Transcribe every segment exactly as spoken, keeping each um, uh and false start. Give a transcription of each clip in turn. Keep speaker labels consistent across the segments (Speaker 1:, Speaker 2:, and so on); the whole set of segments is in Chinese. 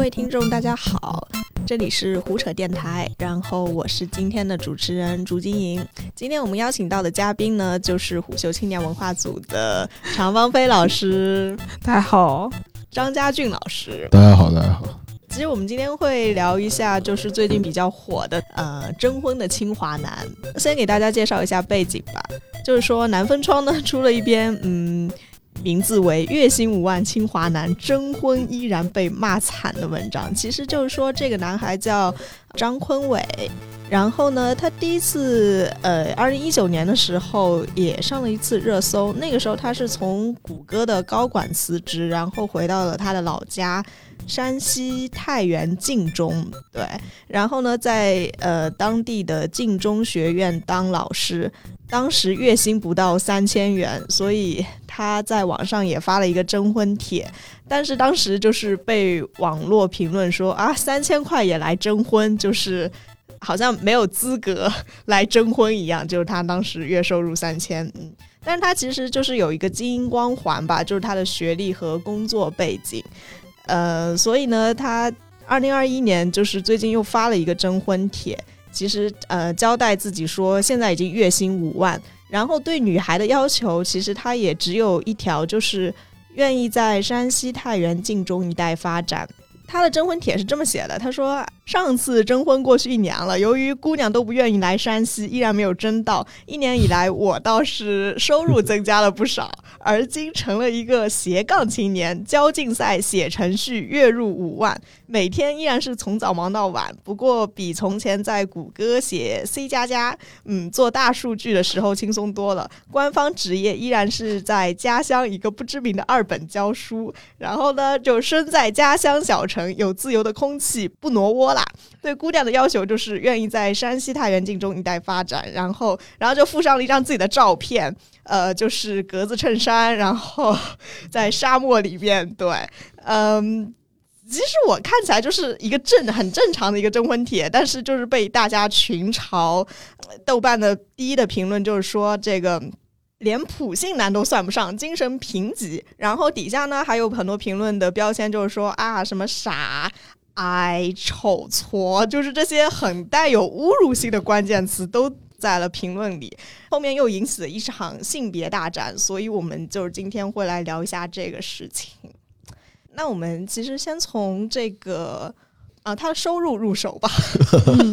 Speaker 1: 位听众大家好，这里是胡扯电台，然后我是今天的主持人竹金莹。今天我们邀请到的嘉宾呢，就是虎嗅青年文化组的常芳菲老师，
Speaker 2: 大家好；
Speaker 1: 张家俊老师，
Speaker 3: 大家好，大家好。
Speaker 1: 其实我们今天会聊一下，就是最近比较火的呃征婚的清华男。先给大家介绍一下背景吧，就是说南风窗呢出了一篇嗯。名字为月薪五万清华男征婚依然被骂惨的文章，其实就是说这个男孩叫张坤伟，然后呢他第一次呃二零一九年的时候也上了一次热搜，那个时候他是从谷歌的高管辞职，然后回到了他的老家山西太原晋中，对，然后呢在呃当地的晋中学院当老师，当时月薪不到三千元，所以他在网上也发了一个征婚帖，但是当时就是被网络评论说啊，三千块也来征婚，就是好像没有资格来征婚一样，就是他当时月收入三千，嗯，但是他其实就是有一个精英光环吧，就是他的学历和工作背景，呃，所以呢，他二零二一年就是最近又发了一个征婚帖。其实呃，交代自己说现在已经月薪五万，然后对女孩的要求其实他也只有一条，就是愿意在山西太原晋中一带发展。他的征婚帖是这么写的，他说上次征婚过去一年了，由于姑娘都不愿意来山西，依然没有征到，一年以来我倒是收入增加了不少，而今成了一个斜杠青年，教竞赛写程序，月入五万，每天依然是从早忙到晚，不过比从前在谷歌写 C 加加嗯做大数据的时候轻松多了，官方职业依然是在家乡一个不知名的二本教书，然后呢就身在家乡小城，有自由的空气，不挪窝啦。对姑娘的要求就是愿意在山西太原晋中一带发展，然后然后就附上了一张自己的照片，呃，就是格子衬衫，然后在沙漠里面，对，嗯。其实我看起来就是一个正很正常的一个征婚帖，但是就是被大家群嘲。豆瓣的第一的评论就是说这个连普信男都算不上，精神贫瘠。然后底下呢还有很多评论的标签，就是说啊什么傻、矮、丑、矬，就是这些很带有侮辱性的关键词都在了评论里，后面又引起了一场性别大战，所以我们就是今天会来聊一下这个事情。那我们其实先从这个啊他的收入入手吧。嗯、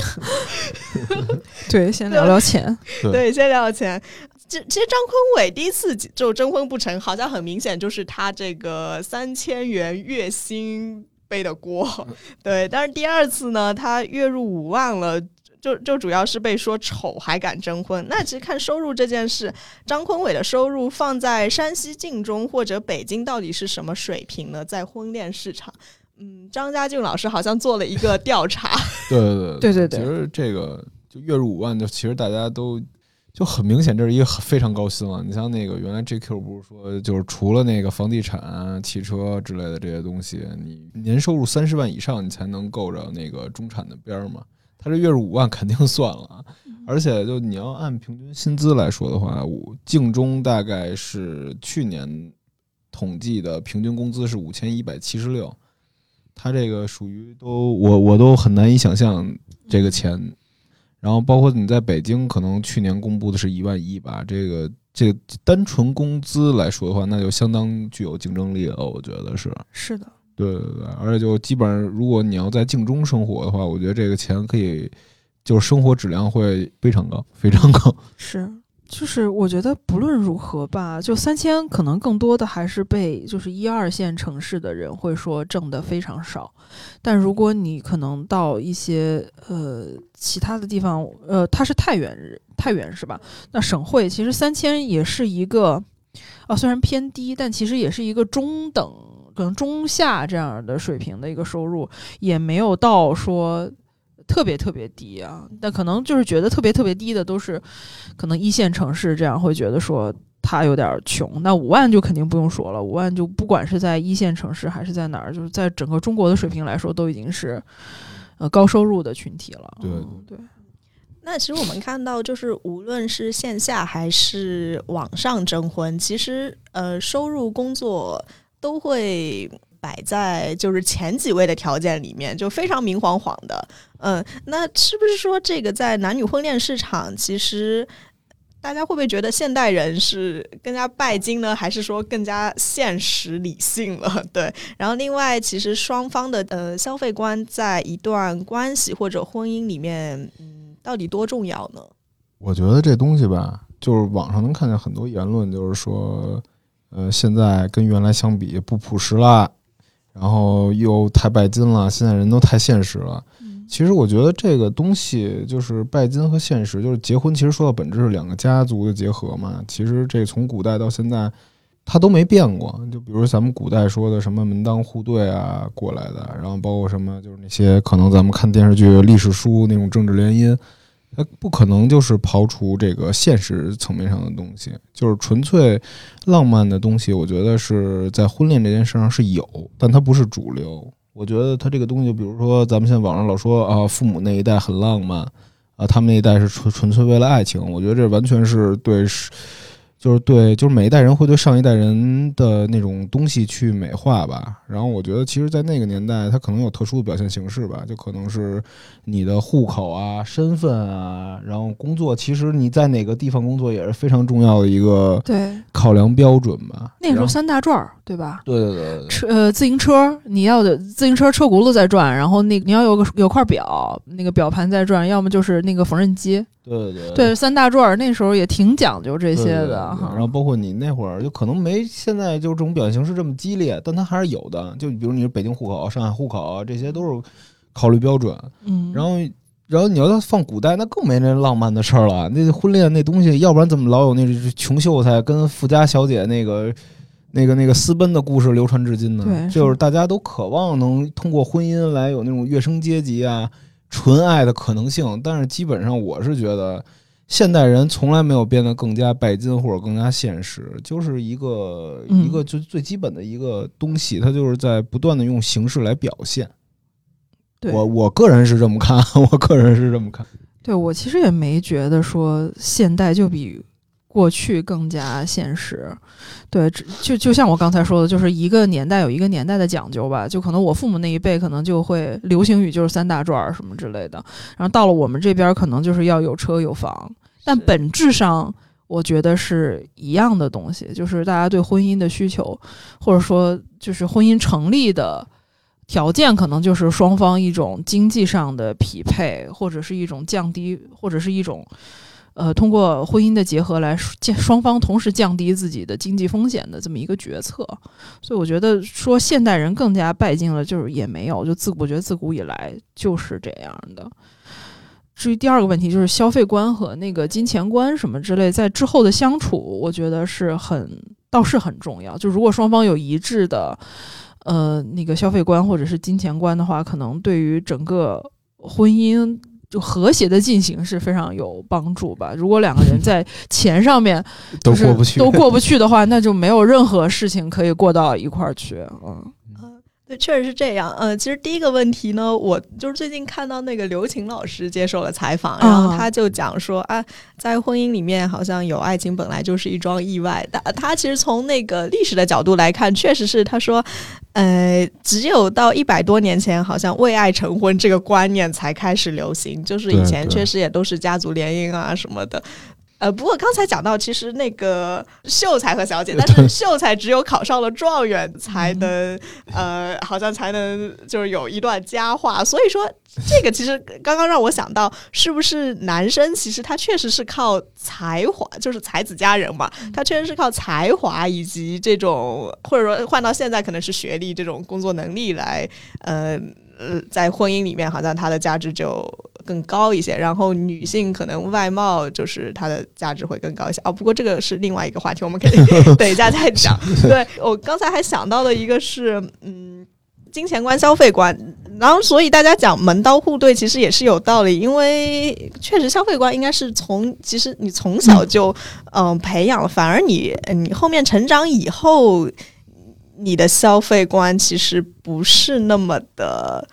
Speaker 2: 对，先聊聊钱。
Speaker 1: 对，对先聊聊钱。其实张坤伟第一次就征婚不成，好像很明显就是他这个三千元月薪背的锅。对，但是第二次呢，他月入五万了。就就主要是被说丑还敢征婚。那其实看收入这件事，张坤伟的收入放在山西晋中或者北京到底是什么水平呢？在婚恋市场，嗯，张家俊老师好像做了一个调查。
Speaker 3: 对对
Speaker 2: 对对对，
Speaker 3: 其实这个就月入五万，就其实大家都就很明显，这是一个非常高薪了。你像那个原来 J Q 不是说，就是除了那个房地产、汽车之类的这些东西，你年收入三十万以上，你才能够着那个中产的边嘛。他这月入五万肯定算了，而且就你要按平均薪资来说的话，晋中大概是去年统计的平均工资是五千一百七十六，他这个属于都我我都很难以想象这个钱。然后包括你在北京，可能去年公布的是一万一吧，这个这个单纯工资来说的话，那就相当具有竞争力了，我觉得是。
Speaker 2: 是的。
Speaker 3: 对对对，而且就基本上，如果你要在晋中生活的话，我觉得这个钱可以，就是生活质量会非常高，非常高。
Speaker 2: 是，就是我觉得不论如何吧，就三千可能更多的还是被就是一二线城市的人会说挣得非常少，但如果你可能到一些呃其他的地方，呃，它是太原太原是吧？那省会其实三千也是一个，啊，虽然偏低，但其实也是一个中等。可能中下这样的水平的一个收入，也没有到说特别特别低啊。但可能就是觉得特别特别低的都是可能一线城市，这样会觉得说他有点穷。那五万就肯定不用说了，五万就不管是在一线城市还是在哪儿，就是在整个中国的水平来说，都已经是呃高收入的群体了。
Speaker 3: 对、
Speaker 2: 嗯、对。
Speaker 1: 那其实我们看到，就是无论是线下还是网上征婚，其实呃收入工作都会摆在就是前几位的条件里面，就非常明晃晃的。嗯，那是不是说这个在男女婚恋市场，其实大家会不会觉得现代人是更加拜金呢，还是说更加现实理性了？对，然后另外，其实双方的呃消费观在一段关系或者婚姻里面，嗯，到底多重要呢？
Speaker 3: 我觉得这东西吧，就是网上能看见很多言论，就是说，呃，现在跟原来相比不朴实了，然后又太拜金了，现在人都太现实了。其实我觉得这个东西就是拜金和现实，就是结婚其实说到本质是两个家族的结合嘛。其实这从古代到现在它都没变过，就比如咱们古代说的什么门当户对啊过来的，然后包括什么就是那些可能咱们看电视剧历史书那种政治联姻，它不可能就是刨除这个现实层面上的东西，就是纯粹浪漫的东西我觉得是在婚恋这件事上是有，但它不是主流。我觉得他这个东西，比如说咱们现在网上老说啊，父母那一代很浪漫啊，他们那一代是纯纯粹为了爱情，我觉得这完全是对，就是对，就是每一代人会对上一代人的那种东西去美化吧。然后我觉得其实在那个年代它可能有特殊的表现形式吧，就可能是你的户口啊、身份啊，然后工作，其实你在哪个地方工作也是非常重要的一个
Speaker 2: 对
Speaker 3: 考量标准吧。
Speaker 2: 那个时候三大转儿，对吧？
Speaker 3: 对对对对，
Speaker 2: 车呃自行车你要的自行车车轱辘在转，然后那你要有个有块表，那个表盘在转，要么就是那个缝纫机。
Speaker 3: 对对 对,
Speaker 2: 对，三大转儿那时候也挺讲究这些的。
Speaker 3: 对对对对，然后包括你那会儿就可能没现在就这种表现形式这么激烈，但它还是有的。就比如你是北京户口、上海户口，这些都是考虑标准。
Speaker 2: 嗯，
Speaker 3: 然后然后你要放古代，那更没那浪漫的事儿了。那婚恋那东西，要不然怎么老有那穷秀才跟富家小姐那个那个那个私奔的故事流传至今呢？
Speaker 2: 对，
Speaker 3: 就是大家都渴望能通过婚姻来有那种跃升阶级啊、纯爱的可能性。但是基本上我是觉得，现代人从来没有变得更加拜金或者更加现实，就是一个、嗯、一个就最基本的一个东西，它就是在不断的用形式来表现。
Speaker 2: 对，
Speaker 3: 我我个人是这么看，我个人是这么看。
Speaker 2: 对，我其实也没觉得说现代就比过去更加现实。对，就就像我刚才说的，就是一个年代有一个年代的讲究吧。就可能我父母那一辈可能就会流行语就是三大转什么之类的，然后到了我们这边可能就是要有车有房，但本质上我觉得是一样的东西，就是大家对婚姻的需求，或者说就是婚姻成立的条件可能就是双方一种经济上的匹配，或者是一种降低，或者是一种呃通过婚姻的结合来双方同时降低自己的经济风险的这么一个决策。所以我觉得说现代人更加拜金了，就是也没有，就自我觉得自古以来就是这样的。至于第二个问题，就是消费观和那个金钱观什么之类，在之后的相处，我觉得是很倒是很重要。就如果双方有一致的呃那个消费观或者是金钱观的话，可能对于整个婚姻就和谐的进行是非常有帮助吧。如果两个人在钱上面
Speaker 3: 都过不去
Speaker 2: 都过不去的话，那就没有任何事情可以过到一块儿去。嗯。
Speaker 1: 对，确实是这样。呃，其实第一个问题呢，我就是最近看到那个刘琴老师接受了采访，然后他就讲说啊，在婚姻里面好像有爱情本来就是一桩意外。他他其实从那个历史的角度来看，确实是他说，呃，只有到一百多年前，好像为爱成婚这个观念才开始流行，就是以前确实也都是家族联姻啊什么的。呃，不过刚才讲到，其实那个秀才和小姐，但是秀才只有考上了状元才能，呃，好像才能就是有一段佳话。所以说，这个其实刚刚让我想到，是不是男生其实他确实是靠才华，就是才子佳人嘛，他确实是靠才华以及这种，或者说换到现在可能是学历这种工作能力来，呃。呃，在婚姻里面好像它的价值就更高一些，然后女性可能外貌就是它的价值会更高一些。哦，不过这个是另外一个话题，我们可以等一下再讲。对，我刚才还想到的一个是，嗯，金钱观、消费观，然后所以大家讲门当户对其实也是有道理，因为确实消费观应该是从其实你从小就嗯、呃、培养了，反而你你后面成长以后。你的消费观其实不是那么的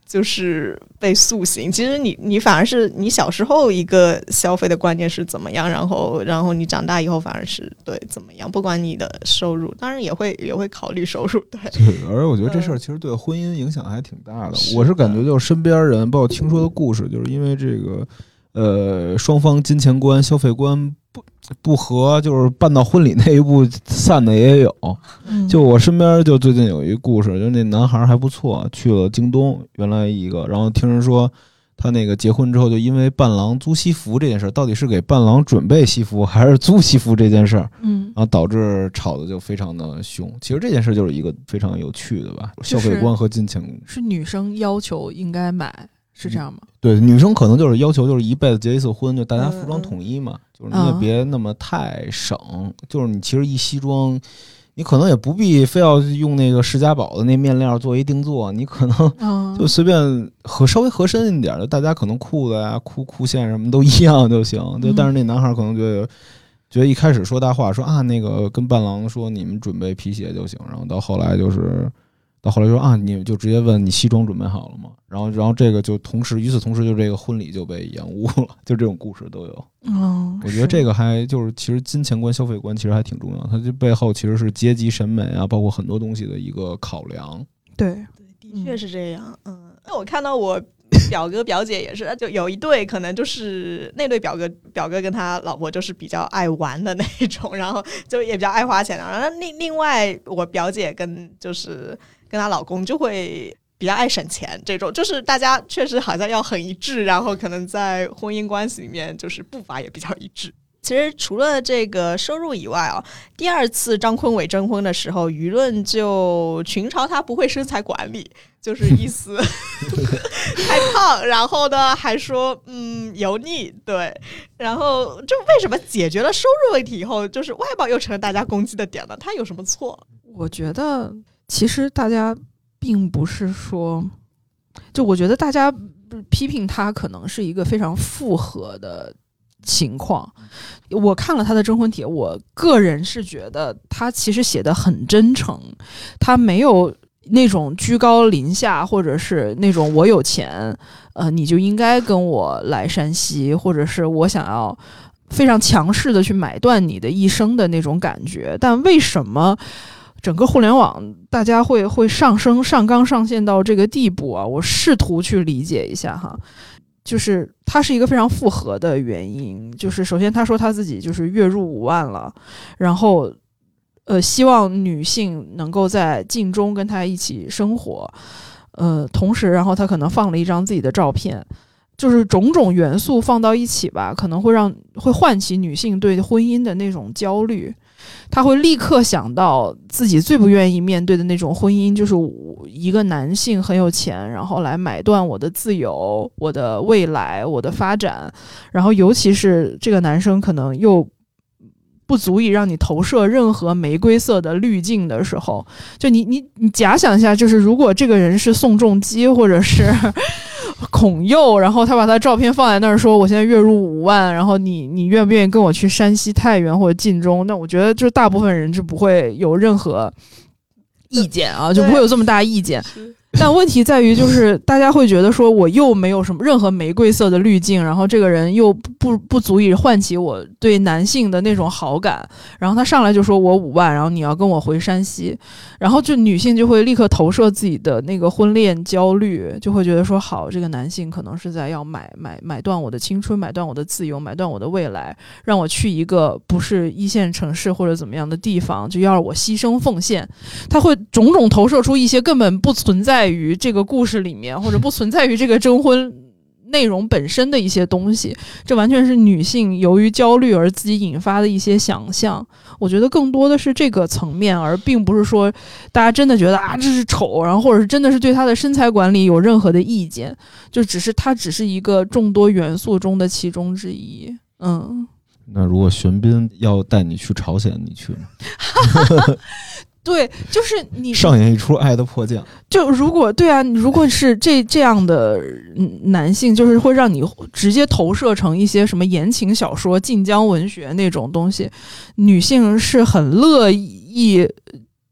Speaker 1: 就是被塑形。其实你你反而是你小时候一个消费的观念是怎么样，然后然后你长大以后反而是对怎么样，不管你的收入，当然也会也会考虑收入。对
Speaker 3: 对，而且我觉得这事儿其实对婚姻影响还挺大的。我是感觉就是身边人，包括听说的故事，就是因为这个呃双方金钱观、消费观不不合，就是办到婚礼那一步散的也有。
Speaker 2: 嗯、
Speaker 3: 就我身边就最近有一个故事，就那男孩还不错，去了京东，原来一个，然后听人说他那个结婚之后，就因为伴郎租西服这件事，到底是给伴郎准备西服还是租西服这件事，嗯，然后导致吵得就非常的凶。其实这件事就是一个非常有趣的吧，消费观和金钱观，
Speaker 2: 是女生要求应该买。是这样吗？
Speaker 3: 对，女生可能就是要求就是一辈子结一次婚，就大家服装统一嘛，嗯、就是你也别那么太省，嗯、就是你其实一西装，你可能也不必非要用那个世家宝的那面料做一定做，你可能就随便合稍微合身一点的，大家可能裤子呀、裤裤线什么都一样就行。对，但是那男孩可能觉得觉得一开始说大话，说啊那个跟伴郎说你们准备皮鞋就行，然后到后来就是。到后来说啊，你就直接问你西装准备好了吗？然后，然后这个就同时，与此同时，就这个婚礼就被延误了，就这种故事都有。
Speaker 2: 嗯，
Speaker 3: 我觉得这个还就是其实金钱观、消费观其实还挺重要，它这背后其实是阶级审美啊，包括很多东西的一个考量。
Speaker 2: 对，
Speaker 1: 对，的确是这样。嗯，那我看到我表哥表姐也是，就有一对可能就是那对表哥表哥跟他老婆就是比较爱玩的那种，然后就也比较爱花钱，然后另另外我表姐跟就是跟她老公就会比较爱省钱，这种就是大家确实好像要很一致，然后可能在婚姻关系里面就是步伐也比较一致。其实除了这个收入以外啊，第二次张坤伟征婚的时候，舆论就群嘲他不会身材管理，就是意思太胖，然后呢还说嗯油腻，对，然后就为什么解决了收入问题以后，就是外貌又成了大家攻击的点呢？他有什么错？
Speaker 2: 我觉得其实大家并不是说，就我觉得大家批评他可能是一个非常复合的情况。我看了他的征婚帖，我个人是觉得他其实写得很真诚，他没有那种居高临下，或者是那种我有钱呃，你就应该跟我来山西，或者是我想要非常强势的去买断你的一生的那种感觉。但为什么整个互联网大家会会上升上纲上线到这个地步啊？我试图去理解一下哈。就是它是一个非常复合的原因，就是首先他说他自己就是月入五万了，然后呃希望女性能够在晋中跟他一起生活，呃同时然后他可能放了一张自己的照片，就是种种元素放到一起吧，可能会让会唤起女性对婚姻的那种焦虑。他会立刻想到自己最不愿意面对的那种婚姻，就是一个男性很有钱，然后来买断我的自由、我的未来、我的发展，然后尤其是这个男生可能又不足以让你投射任何玫瑰色的滤镜的时候，就你你你假想一下，就是如果这个人是宋仲基或者是孔佑，然后他把他照片放在那儿说我现在月入五万，然后你你愿不愿意跟我去山西太原或者晋中，那我觉得就大部分人就不会有任何意见啊，就不会有这么大意见。但问题在于就是大家会觉得说我又没有什么任何玫瑰色的滤镜，然后这个人又不不足以唤起我对男性的那种好感，然后他上来就说我五万，然后你要跟我回山西，然后就女性就会立刻投射自己的那个婚恋焦虑，就会觉得说好，这个男性可能是在要买买买断我的青春，买断我的自由，买断我的未来，让我去一个不是一线城市或者怎么样的地方，就要让我牺牲奉献。他会种种投射出一些根本不存在于这个故事里面，或者不存在于这个征婚内容本身的一些东西，这完全是女性由于焦虑而自己引发的一些想象。我觉得更多的是这个层面，而并不是说大家真的觉得啊这是丑，然后或者是真的是对她的身材管理有任何的意见，就只是它只是一个众多元素中的其中之一。嗯，
Speaker 3: 那如果玄彬要带你去朝鲜，你去吗？
Speaker 2: 对，就是你
Speaker 3: 上演一出爱的迫降。
Speaker 2: 就如果对啊，如果是这这样的男性，就是会让你直接投射成一些什么言情小说、晋江文学那种东西，女性是很乐意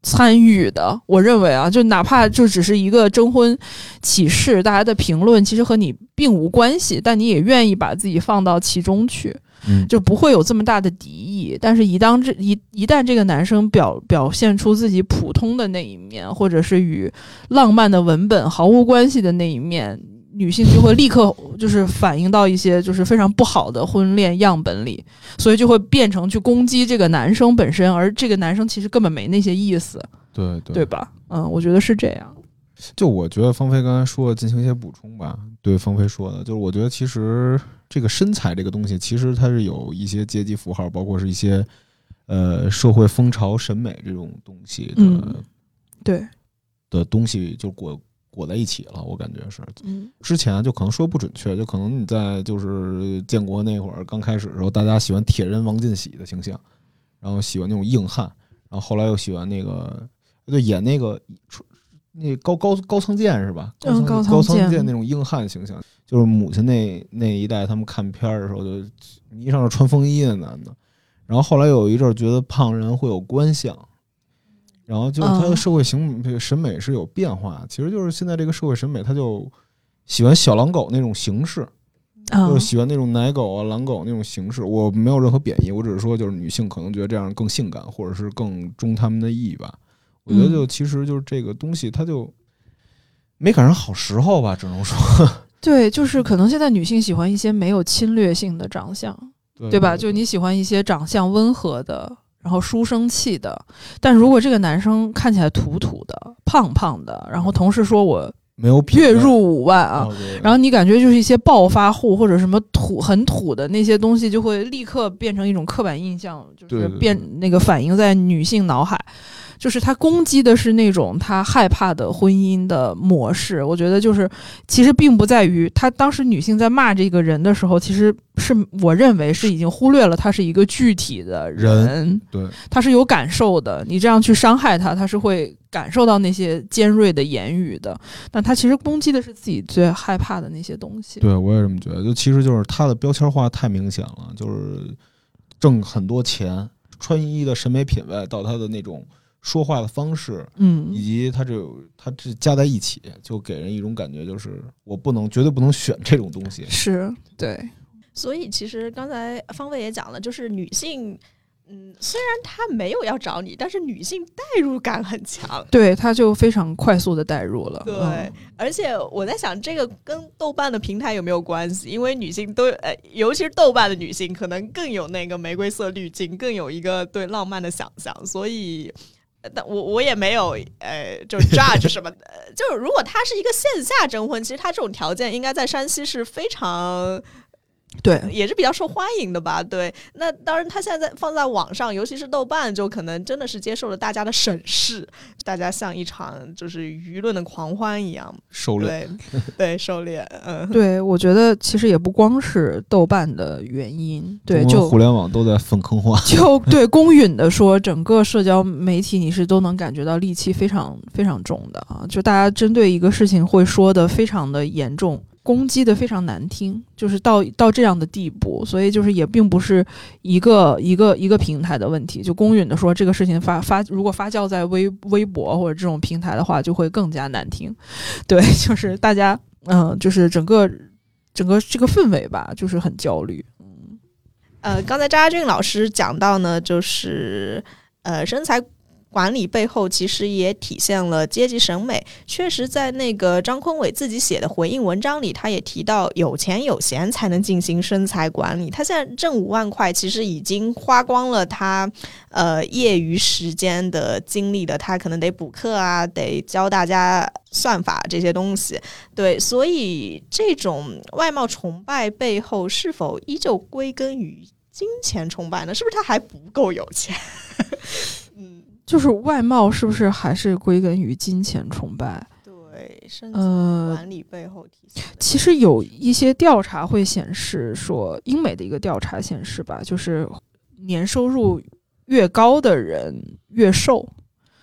Speaker 2: 参与的。我认为啊，就哪怕就只是一个征婚启事，大家的评论其实和你并无关系，但你也愿意把自己放到其中去，
Speaker 3: 嗯，
Speaker 2: 就不会有这么大的敌意。但是一当这一一旦这个男生表表现出自己普通的那一面，或者是与浪漫的文本毫无关系的那一面，女性就会立刻就是反映到一些就是非常不好的婚恋样本里，所以就会变成去攻击这个男生本身，而这个男生其实根本没那些意思，
Speaker 3: 对对
Speaker 2: 对吧？嗯，我觉得是这样。
Speaker 3: 就我觉得芳菲刚才说的进行一些补充吧，对芳菲说的，就是我觉得其实这个身材这个东西，其实它是有一些阶级符号，包括是一些呃社会风潮审美这种东西的，
Speaker 2: 嗯，对
Speaker 3: 的东西就裹裹在一起了，我感觉是。
Speaker 2: 嗯，
Speaker 3: 之前就可能说不准确，就可能你在就是建国那会儿刚开始的时候，大家喜欢铁人王进喜的形象，然后喜欢那种硬汉，然后后来又喜欢那个就演那个那高高高仓健是吧？
Speaker 2: 嗯，
Speaker 3: 高
Speaker 2: 仓
Speaker 3: 健那种硬汉形象，就是母亲那那一代他们看片的时候就迷上了穿风衣的男的，然后后来有一阵觉得胖人会有官相。然后就是他的社会行为审美是有变化，其实就是现在这个社会审美，他就喜欢小狼狗那种形式，就是喜欢那种奶狗啊、狼狗那种形式。我没有任何贬义，我只是说，就是女性可能觉得这样更性感，或者是更中他们的意吧。我觉得就其实就是这个东西，它就没赶上好时候吧，只能说。
Speaker 2: 对，就是可能现在女性喜欢一些没有侵略性的长相，对, 对吧？就你喜欢一些长相温和的，然后书生气的，但如果这个男生看起来土土的、胖胖的，然后同时说我
Speaker 3: 没有
Speaker 2: 月入五万啊，
Speaker 3: 哦、
Speaker 2: 然后你感觉就是一些暴发户或者什么土很土的那些东西，就会立刻变成一种刻板印象，就是变那个反映在女性脑海。就是他攻击的是那种他害怕的婚姻的模式，我觉得就是其实并不在于他当时女性在骂这个人的时候，其实是我认为是已经忽略了他是一个具体的人，
Speaker 3: 人对，
Speaker 2: 他是有感受的，你这样去伤害他，他是会感受到那些尖锐的言语的，但他其实攻击的是自己最害怕的那些东西。
Speaker 3: 对，我也这么觉得，就其实就是他的标签化太明显了，就是挣很多钱，穿衣的审美品味到他的那种说话的方式，
Speaker 2: 嗯，
Speaker 3: 以及他这他这加在一起，就给人一种感觉，就是我不能绝对不能选这种东西。
Speaker 2: 是，对。
Speaker 1: 所以其实刚才芳菲也讲了，就是女性，嗯，虽然她没有要找你，但是女性代入感很强，
Speaker 2: 对，她就非常快速的代入了。
Speaker 1: 对、
Speaker 2: 嗯，
Speaker 1: 而且我在想，这个跟豆瓣的平台有没有关系？因为女性都，呃，尤其是豆瓣的女性，可能更有那个玫瑰色滤镜，更有一个对浪漫的想象，所以。但我我也没有呃，就 judge 什么的，就是如果他是一个线下征婚，其实他这种条件应该在山西是非常。
Speaker 2: 对，
Speaker 1: 也是比较受欢迎的吧。对，那当然，他现在放在网上，尤其是豆瓣，就可能真的是接受了大家的审视，大家像一场就是舆论的狂欢一样
Speaker 3: 狩猎，
Speaker 1: 对对，狩猎。嗯，
Speaker 2: 对，我觉得其实也不光是豆瓣的原因，对，就
Speaker 3: 互联网都在粪坑化。
Speaker 2: 就对，公允的说，整个社交媒体你是都能感觉到戾气非常非常重的啊，就大家针对一个事情会说的非常的严重。攻击的非常难听，就是到到这样的地步，所以就是也并不是一个一个一个平台的问题。就公允的说，这个事情发发如果发酵在微微博或者这种平台的话，就会更加难听。对，就是大家嗯、呃，就是整个整个这个氛围吧，就是很焦虑。嗯，
Speaker 1: 呃，刚才张家俊老师讲到呢，就是呃身材。管理背后其实也体现了阶级审美，确实在那个张坤伟自己写的回应文章里，他也提到有钱有闲才能进行身材管理。他现在挣五万块，其实已经花光了他呃业余时间的精力了，他可能得补课啊，得教大家算法这些东西。对，所以这种外貌崇拜背后是否依旧归根于金钱崇拜呢？是不是他还不够有钱？嗯。
Speaker 2: 就是外貌是不是还是归根于金钱崇拜？
Speaker 1: 对，身材管理背后体现、呃。
Speaker 2: 其实有一些调查会显示说，英美的一个调查显示吧，就是年收入越高的人越瘦。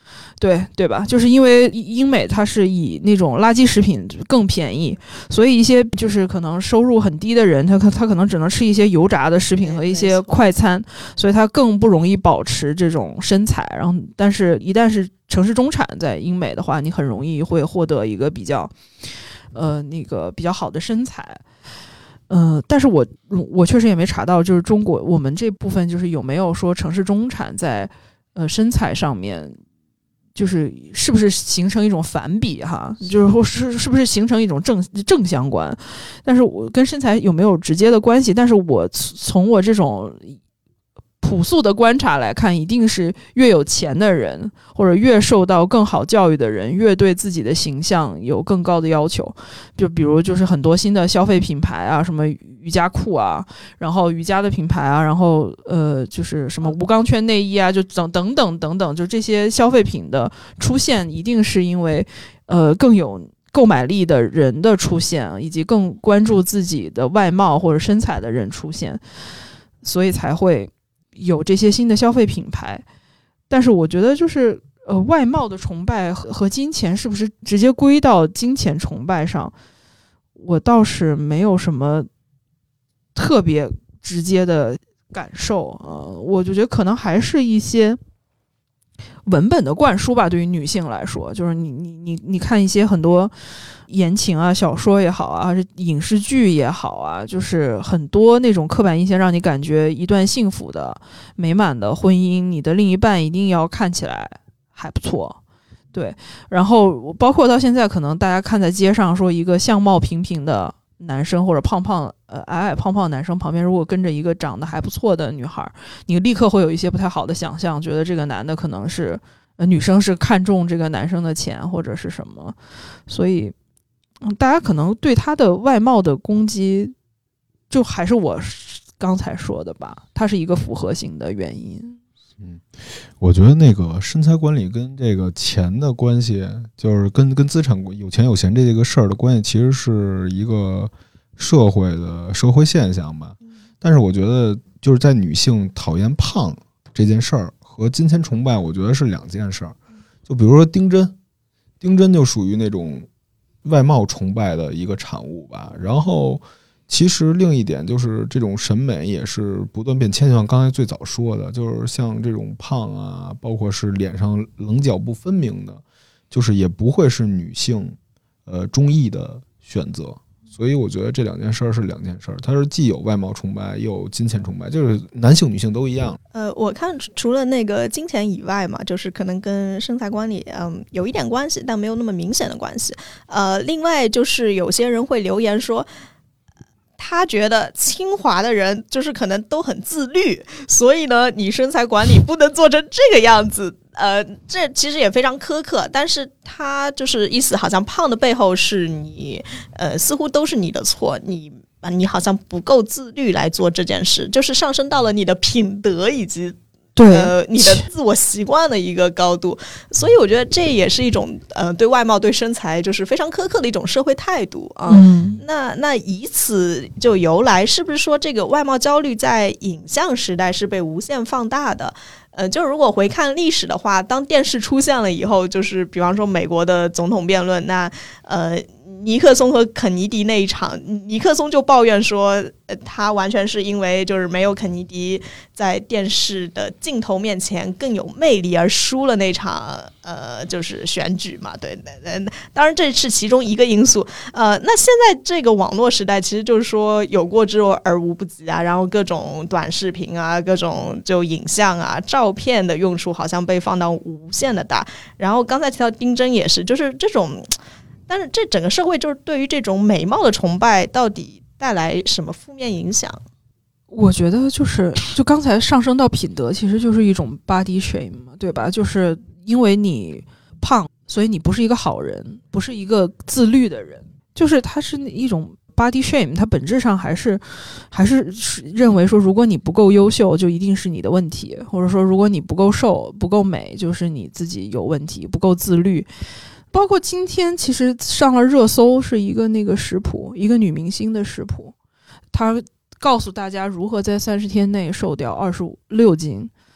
Speaker 2: 对对吧？就是因为英美它是以那种垃圾食品更便宜，所以一些就是可能收入很低的人，他他可能只能吃一些油炸的食品和一些快餐，所以他更不容易保持这种身材。然后，但是一旦是城市中产在英美的话，你很容易会获得一个比较，呃，那个比较好的身材。呃，但是我我确实也没查到，就是中国我们这部分就是有没有说城市中产在呃身材上面。就是是不是形成一种反比哈，就是说是是不是形成一种正正相关，但是我跟身材有没有直接的关系？但是我从我这种朴素的观察来看，一定是越有钱的人或者越受到更好教育的人，越对自己的形象有更高的要求。就比如就是很多新的消费品牌啊，什么瑜伽裤啊，然后瑜伽的品牌啊，然后呃就是什么无钢圈内衣啊，就等等等等等，就这些消费品的出现，一定是因为呃更有购买力的人的出现，以及更关注自己的外貌或者身材的人出现，所以才会有这些新的消费品牌。但是我觉得就是呃外貌的崇拜和和金钱是不是直接归到金钱崇拜上，我倒是没有什么特别直接的感受啊、呃，我就觉得可能还是一些文本的灌输吧。对于女性来说，就是你你你你看一些很多言情啊、小说也好啊，影视剧也好啊，就是很多那种刻板印象，让你感觉一段幸福的、美满的婚姻，你的另一半一定要看起来还不错。对，然后包括到现在，可能大家看在街上说一个相貌平平的男生或者胖胖呃矮矮胖胖的男生旁边如果跟着一个长得还不错的女孩，你立刻会有一些不太好的想象，觉得这个男的可能是呃女生是看中这个男生的钱或者是什么。所以、嗯、大家可能对他的外貌的攻击就还是我刚才说的吧，它是一个复合型的原因。
Speaker 3: 嗯，我觉得那个身材管理跟这个钱的关系，就是跟跟资产有钱有闲这个事儿的关系，其实是一个社会的社会现象吧。但是我觉得就是在女性讨厌胖这件事儿和金钱崇拜，我觉得是两件事儿。就比如说丁真，丁真就属于那种外貌崇拜的一个产物吧。然后其实另一点就是这种审美也是不断变迁，就像刚才最早说的，就是像这种胖啊，包括是脸上棱角不分明的，就是也不会是女性呃中意的选择。所以我觉得这两件事儿是两件事儿，它是既有外貌崇拜又有金钱崇拜，就是男性女性都一样。
Speaker 1: 呃，我看除了那个金钱以外嘛，就是可能跟身材管理嗯有一点关系，但没有那么明显的关系。呃，另外就是有些人会留言说，他觉得清华的人就是可能都很自律，所以呢，你身材管理不能做成这个样子。呃，这其实也非常苛刻，但是他就是意思好像胖的背后是你，呃，似乎都是你的错，你你好像不够自律来做这件事，就是上升到了你的品德以及
Speaker 2: 对
Speaker 1: 呃你的自我习惯的一个高度。所以我觉得这也是一种呃对外貌对身材就是非常苛刻的一种社会态度啊。
Speaker 2: 嗯，
Speaker 1: 那那以此就由来，是不是说这个外貌焦虑在影像时代是被无限放大的？呃，就如果回看历史的话，当电视出现了以后，就是比方说美国的总统辩论，那呃尼克松和肯尼迪那一场，尼克松就抱怨说，呃，他完全是因为就是没有肯尼迪在电视的镜头面前更有魅力而输了那场呃就是选举嘛。对，当然这是其中一个因素。呃，那现在这个网络时代，其实就是说有过之而无不及啊，然后各种短视频啊，各种就影像啊、照片的用处好像被放到无限的大。然后刚才提到丁真也是，就是这种。但是这整个社会就是对于这种美貌的崇拜到底带来什么负面影响？
Speaker 2: 我觉得就是就刚才上升到品德，其实就是一种 body shame 嘛，对吧？就是因为你胖，所以你不是一个好人，不是一个自律的人，就是它是一种 body shame， 它本质上还是还是认为说，如果你不够优秀，就一定是你的问题，或者说如果你不够瘦、不够美，就是你自己有问题，不够自律。包括今天其实上了热搜是一个那个食谱，一个女明星的食谱，她告诉大家如何在三十天内瘦掉二十六斤。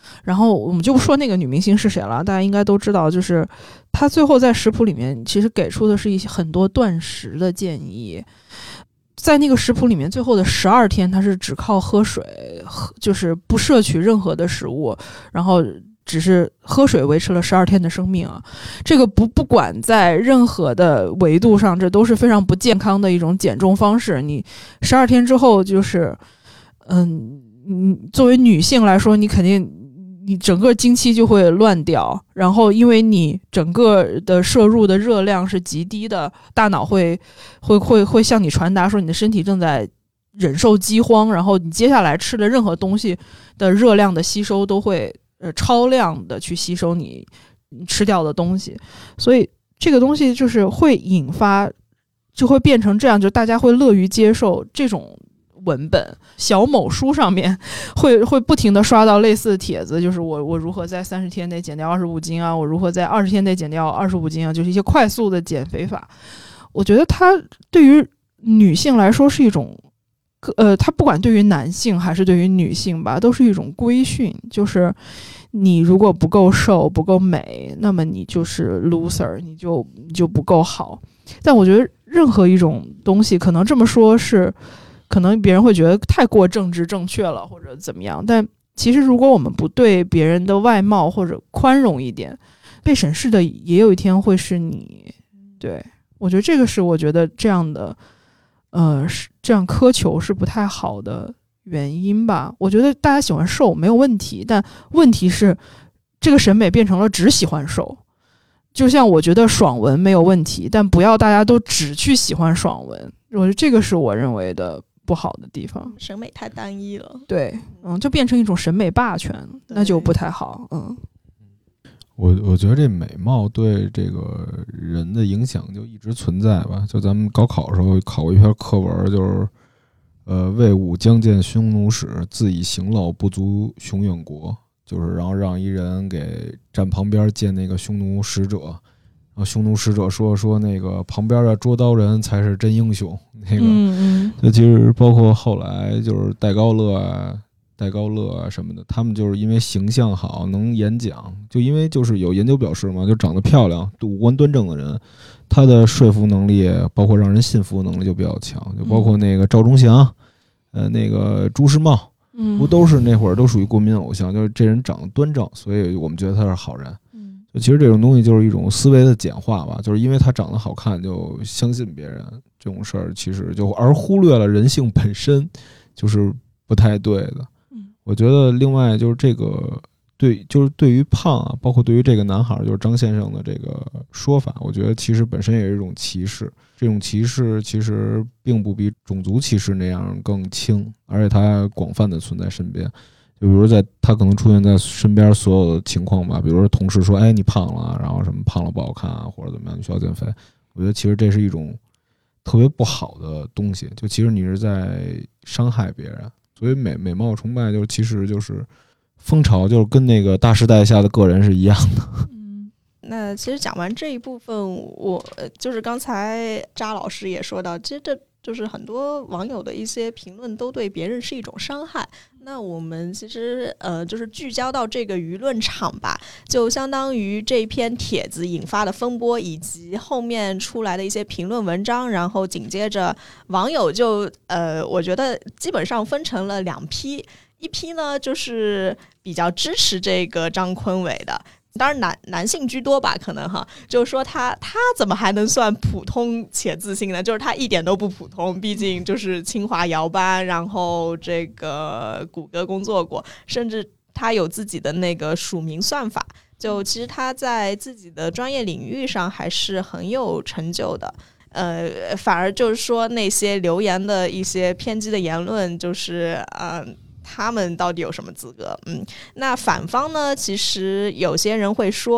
Speaker 2: 然后我们就不说那个女明星是谁了，大家应该都知道，就是她最后在食谱里面其实给出的是一些很多断食的建议。在那个食谱里面，最后的十二天，她是只靠喝水，就是不摄取任何的食物，然后只是喝水维持了十二天的生命啊。这个不不管在任何的维度上，这都是非常不健康的一种减重方式。你十二天之后，就是嗯，嗯，作为女性来说，你肯定你整个经期就会乱掉，然后因为你整个的摄入的热量是极低的，大脑会会会会向你传达说你的身体正在忍受饥荒，然后你接下来吃的任何东西的热量的吸收都会呃超量的去吸收你吃掉的东西，所以这个东西就是会引发，就会变成这样，就大家会乐于接受这种文本。小某书上面会会不停的刷到类似的帖子，就是我我如何在三十天内减掉二十五斤啊，我如何在二十天内减掉二十五斤啊，就是一些快速的减肥法。我觉得它对于女性来说是一种呃，它不管对于男性还是对于女性吧，都是一种规训，就是你如果不够瘦不够美，那么你就是 loser， 你就你就不够好。但我觉得任何一种东西可能这么说是可能别人会觉得太过政治正确了或者怎么样，但其实如果我们不对别人的外貌或者宽容一点，被审视的也有一天会是你。对，我觉得这个是我觉得这样的呃，这样苛求是不太好的原因吧。我觉得大家喜欢瘦没有问题，但问题是这个审美变成了只喜欢瘦。就像我觉得爽文没有问题，但不要大家都只去喜欢爽文，我觉得这个是我认为的不好的地方。
Speaker 1: 审美太单一了，
Speaker 2: 对，嗯，就变成一种审美霸权，那就不太好。嗯，
Speaker 3: 我我觉得这美貌对这个人的影响就一直存在吧。就咱们高考的时候考过一篇课文，就是呃，魏武将见匈奴使，自以行老不足雄远国。就是然后让一人给站旁边见那个匈奴使者，然后匈奴使者说说那个旁边的捉刀人才是真英雄。那个，
Speaker 2: 嗯嗯，
Speaker 3: 就其实包括后来就是戴高乐啊、戴高乐啊什么的，他们就是因为形象好，能演讲，就因为就是有研究表示嘛，就长得漂亮、五官端正的人，他的说服能力，包括让人信服能力就比较强。就包括那个赵忠祥，呃，那个朱时茂。不都是那会儿都属于国民偶像，就是这人长得端正，所以我们觉得他是好人。嗯，就其实这种东西就是一种思维的简化吧，就是因为他长得好看就相信别人，这种事儿其实就而忽略了人性本身，就是不太对的。嗯，我觉得另外就是这个对，就是对于胖啊，包括对于这个男孩，就是张先生的这个说法，我觉得其实本身也是一种歧视。这种歧视其实并不比种族歧视那样更轻，而且它广泛的存在身边。就比如在他可能出现在身边所有的情况吧，比如说同事说，哎，你胖了，然后什么胖了不好看啊，或者怎么样，你需要减肥。我觉得其实这是一种特别不好的东西，就其实你是在伤害别人。所以美美貌崇拜就其实就是风潮，就是跟那个大时代下的个人是一样的。
Speaker 1: 那其实讲完这一部分，我就是刚才扎老师也说到，其实这就是很多网友的一些评论都对别人是一种伤害。那我们其实呃就是聚焦到这个舆论场吧，就相当于这篇帖子引发的风波，以及后面出来的一些评论文章，然后紧接着网友就呃我觉得基本上分成了两批，一批呢就是比较支持这个张坤伟的。当然男男性居多吧，可能哈，就是说他他怎么还能算普通且自信呢？就是他一点都不普通，毕竟就是清华摇班，然后这个谷歌工作过，甚至他有自己的那个署名算法，就其实他在自己的专业领域上还是很有成就的。呃，反而就是说那些留言的一些偏激的言论，就是呃。他们到底有什么资格？嗯，那反方呢？其实有些人会说，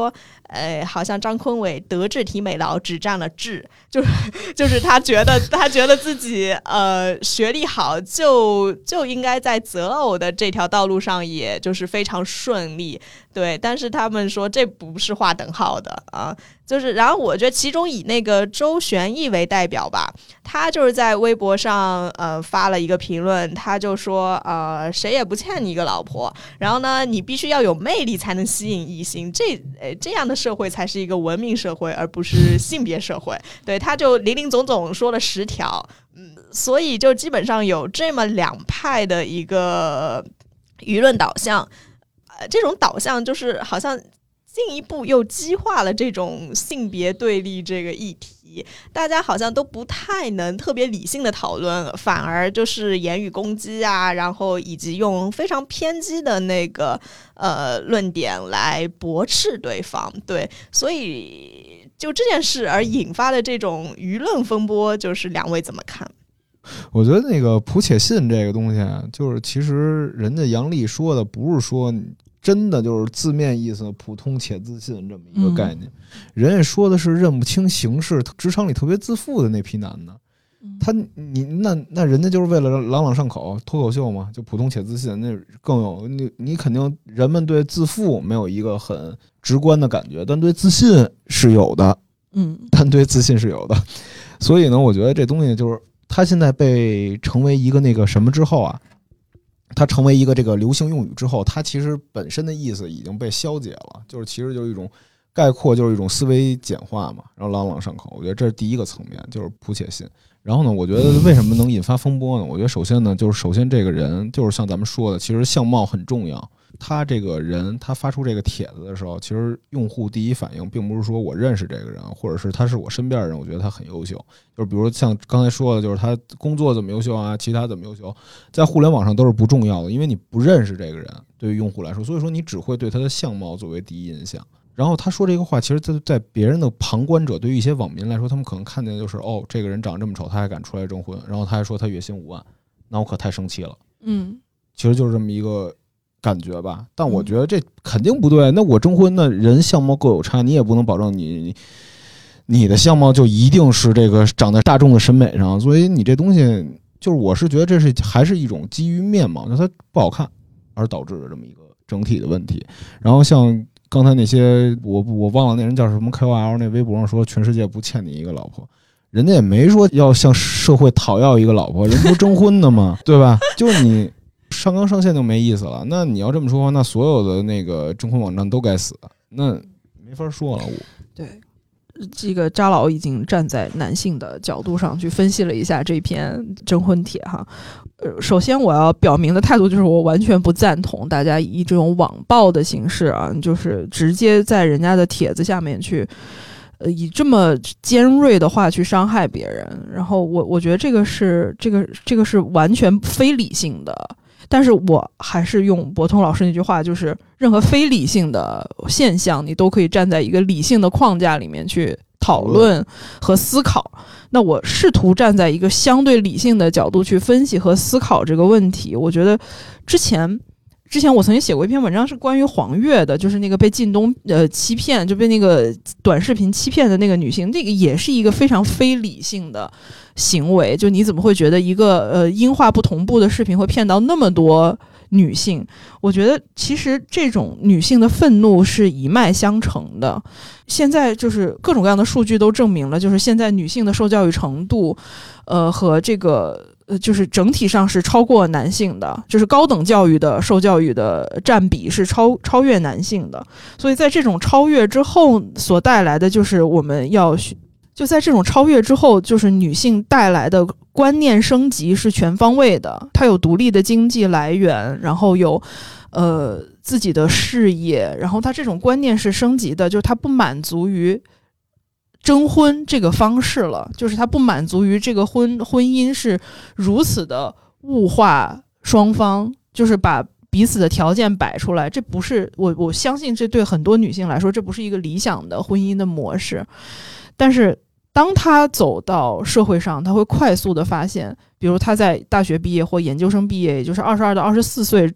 Speaker 1: 呃，好像张坤伟德智体美劳只占了智，就是就是他觉得他觉得自己呃学历好就就应该在择偶的这条道路上也就是非常顺利，对，但是他们说这不是划等号的啊。就是然后我觉得其中以那个周旋义为代表吧，他就是在微博上呃发了一个评论，他就说呃谁也不欠你一个老婆，然后呢你必须要有魅力才能吸引异性，这呃这样的社会才是一个文明社会，而不是性别社会。对，他就林林总总说了十条，嗯，所以就基本上有这么两派的一个舆论导向，呃，这种导向就是好像进一步又激化了这种性别对立这个议题，大家好像都不太能特别理性的讨论，反而就是言语攻击啊，然后以及用非常偏激的那个呃论点来驳斥对方。对，所以就这件事而引发的这种舆论风波，就是两位怎么看？
Speaker 3: 我觉得那个普且信这个东西啊，就是其实人家杨笠说的不是说真的就是字面意思普通且自信这么一个概念，嗯、人家说的是认不清形势，职场里特别自负的那批男的。他你那那人家就是为了朗朗上口，脱口秀嘛，就普通且自信，那更有你你肯定人们对自负没有一个很直观的感觉，但对自信是有的，
Speaker 2: 嗯，
Speaker 3: 但对自信是有的。所以呢，我觉得这东西就是他现在被成为一个那个什么之后啊。它成为一个这个流行用语之后，它其实本身的意思已经被消解了，就是其实就是一种概括，就是一种思维简化嘛，然后朗朗上口。我觉得这是第一个层面，就是普且信。然后呢，我觉得为什么能引发风波呢？我觉得首先呢，就是首先这个人就是像咱们说的，其实相貌很重要。他这个人，他发出这个帖子的时候，其实用户第一反应并不是说我认识这个人，或者是他是我身边的人，我觉得他很优秀。就是比如像刚才说的，就是他工作怎么优秀啊，其他怎么优秀，在互联网上都是不重要的，因为你不认识这个人，对于用户来说，所以说你只会对他的相貌作为第一印象。然后他说这个话，其实在在别人的旁观者，对于一些网民来说，他们可能看见的就是哦，这个人长这么丑，他还敢出来征婚，然后他还说他月薪五万，那我可太生气了。
Speaker 2: 嗯，
Speaker 3: 其实就是这么一个感觉吧，但我觉得这肯定不对。那我征婚，那人相貌各有差，你也不能保证你你你的相貌就一定是这个长在大众的审美上，所以你这东西就是我是觉得这是还是一种基于面貌，那它不好看而导致的这么一个整体的问题。然后像刚才那些我我忘了那人叫什么 K O L， 那微博上说全世界不欠你一个老婆，人家也没说要向社会讨要一个老婆，人不征婚的嘛，对吧？就是你上纲上线就没意思了。那你要这么说，那所有的那个征婚网站都该死，那没法说了。我
Speaker 2: 对这个扎老已经站在男性的角度上去分析了一下这篇征婚帖哈。呃，首先我要表明的态度就是我完全不赞同大家以这种网暴的形式啊，就是直接在人家的帖子下面去呃，以这么尖锐的话去伤害别人，然后我我觉得这个是这个这个是完全非理性的。但是我还是用博通老师那句话，就是任何非理性的现象，你都可以站在一个理性的框架里面去讨论和思考。那我试图站在一个相对理性的角度去分析和思考这个问题。我觉得之前。之前我曾经写过一篇文章，是关于黄月的，就是那个被靳东呃欺骗，就被那个短视频欺骗的那个女性，这个也是一个非常非理性的行为。就你怎么会觉得一个呃音画不同步的视频会骗到那么多女性？我觉得其实这种女性的愤怒是一脉相承的。现在就是各种各样的数据都证明了，就是现在女性的受教育程度，呃和这个。呃，就是整体上是超过男性的，就是高等教育的受教育的占比是超超越男性的，所以在这种超越之后所带来的就是我们要就在这种超越之后，就是女性带来的观念升级是全方位的，她有独立的经济来源，然后有呃自己的事业，然后她这种观念是升级的，就是她不满足于征婚这个方式了，就是他不满足于这个婚婚姻是如此的物化双方，就是把彼此的条件摆出来，这不是我我相信这对很多女性来说，这不是一个理想的婚姻的模式。但是当他走到社会上，他会快速的发现，比如他在大学毕业或研究生毕业，也就是二十二到二十四岁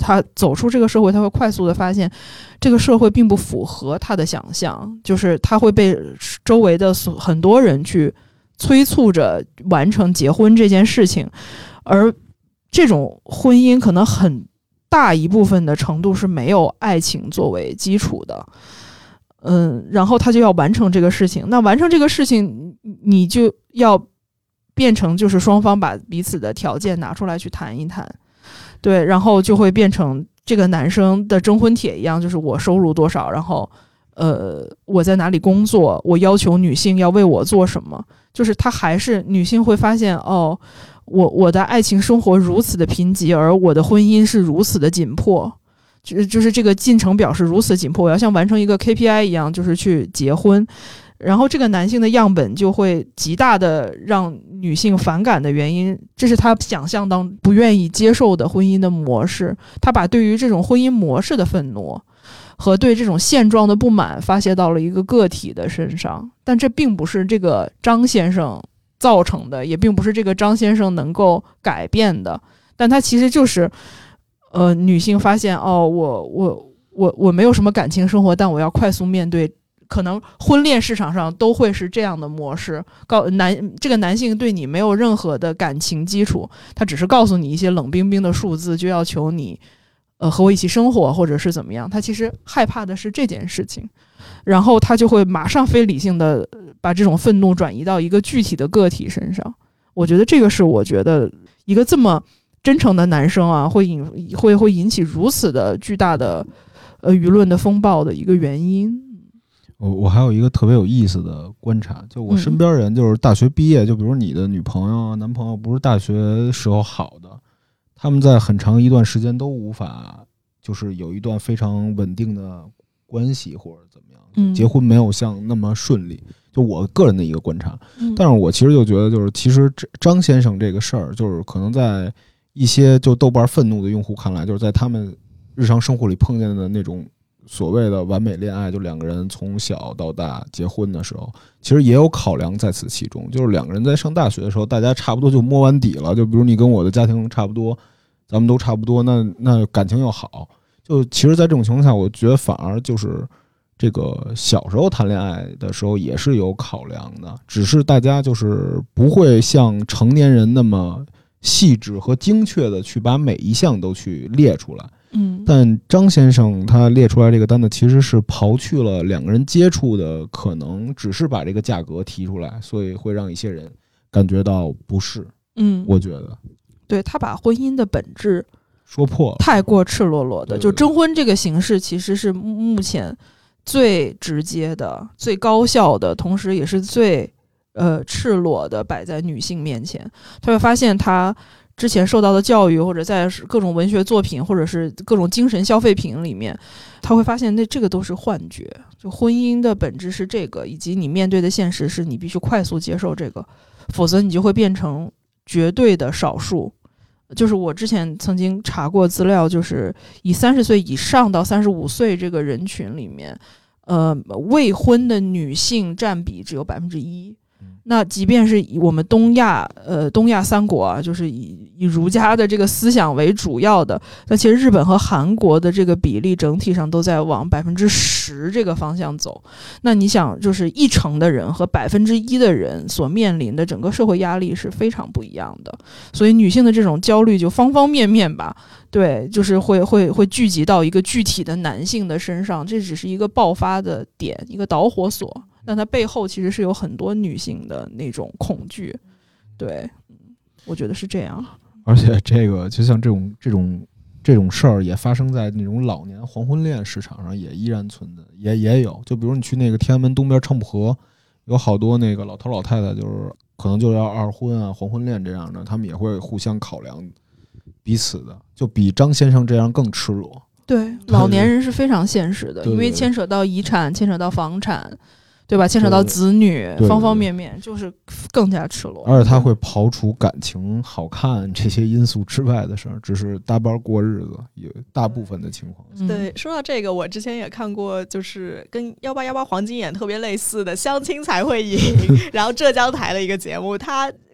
Speaker 2: 他走出这个社会，他会快速的发现这个社会并不符合他的想象，就是他会被周围的很多人去催促着完成结婚这件事情，而这种婚姻可能很大一部分的程度是没有爱情作为基础的。嗯，然后他就要完成这个事情，那完成这个事情你就要变成就是双方把彼此的条件拿出来去谈一谈，对，然后就会变成这个男生的征婚帖一样，就是我收入多少，然后呃我在哪里工作，我要求女性要为我做什么，就是他还是女性会发现哦，我我的爱情生活如此的贫瘠，而我的婚姻是如此的紧迫，就就是这个进程表是如此紧迫，我要像完成一个 K P I 一样，就是去结婚。然后这个男性的样本就会极大的让女性反感的原因，这是他想象当不愿意接受的婚姻的模式，他把对于这种婚姻模式的愤怒和对这种现状的不满发泄到了一个个体的身上，但这并不是这个张先生造成的，也并不是这个张先生能够改变的，但他其实就是呃，女性发现哦，我我我我没有什么感情生活，但我要快速面对，可能婚恋市场上都会是这样的模式，告男这个男性对你没有任何的感情基础，他只是告诉你一些冷冰冰的数字，就要求你呃和我一起生活或者是怎么样，他其实害怕的是这件事情，然后他就会马上非理性的把这种愤怒转移到一个具体的个体身上。我觉得这个是我觉得一个这么真诚的男生啊，会引会会引起如此的巨大的呃舆论的风暴的一个原因。
Speaker 3: 我我还有一个特别有意思的观察，就我身边人就是大学毕业，嗯、就比如你的女朋友、男朋友不是大学时候好的，他们在很长一段时间都无法就是有一段非常稳定的关系或者怎么样，
Speaker 2: 嗯、
Speaker 3: 结婚没有像那么顺利。就我个人的一个观察，嗯、但是我其实就觉得，就是其实张先生这个事儿，就是可能在一些就豆瓣愤怒的用户看来，就是在他们日常生活里碰见的那种所谓的完美恋爱，就两个人从小到大结婚的时候，其实也有考量在此其中。就是两个人在上大学的时候，大家差不多就摸完底了，就比如你跟我的家庭差不多，咱们都差不多，那那感情又好，就其实在这种情况下，我觉得反而就是这个小时候谈恋爱的时候也是有考量的，只是大家就是不会像成年人那么细致和精确的去把每一项都去列出来。
Speaker 2: 嗯，
Speaker 3: 但张先生他列出来这个单子其实是刨去了两个人接触的可能，只是把这个价格提出来，所以会让一些人感觉到不适。
Speaker 2: 嗯，
Speaker 3: 我觉得
Speaker 2: 对，他把婚姻的本质
Speaker 3: 说破了，
Speaker 2: 太过赤裸裸的。
Speaker 3: 对对对，
Speaker 2: 就征婚这个形式其实是目前最直接的、最高效的，同时也是最呃赤裸的摆在女性面前。他会发现他之前受到的教育，或者在各种文学作品或者是各种精神消费品里面，他会发现那这个都是幻觉，就婚姻的本质是这个，以及你面对的现实是你必须快速接受这个，否则你就会变成绝对的少数。就是我之前曾经查过资料，就是以三十岁以上到三十五岁这个人群里面，呃，未婚的女性占比只有百分之一。那即便是以我们东亚呃东亚三国啊，就是以以儒家的这个思想为主要的，那其实日本和韩国的这个比例整体上都在往百分之十这个方向走。那你想，就是一成的人和百分之一的人所面临的整个社会压力是非常不一样的，所以女性的这种焦虑就方方面面吧，对，就是会会会聚集到一个具体的男性的身上，这只是一个爆发的点，一个导火索。但它背后其实是有很多女性的那种恐惧，对，我觉得是这样。
Speaker 3: 而且这个就像这种这种这种事儿也发生在那种老年黄昏恋市场上，也依然存在，也也有。就比如你去那个天安门东边菖蒲河，有好多那个老头老太太，就是可能就要二婚啊、黄昏恋这样的，他们也会互相考量彼此的，就比张先生这样更赤裸。
Speaker 2: 对，老年人是非常现实的，
Speaker 3: 对对对，
Speaker 2: 因为牵扯到遗产，牵扯到房产。对吧？牵扯到子女，
Speaker 3: 对对对，
Speaker 2: 方方面面，就是更加赤裸。
Speaker 3: 而且他会刨除感情、好看这些因素之外的事儿，只是搭班过日子，有大部分的情况。
Speaker 1: 嗯、对，说到这个，我之前也看过，就是跟幺八幺八黄金眼特别类似的《相亲才会赢》，然后浙江台的一个节目，他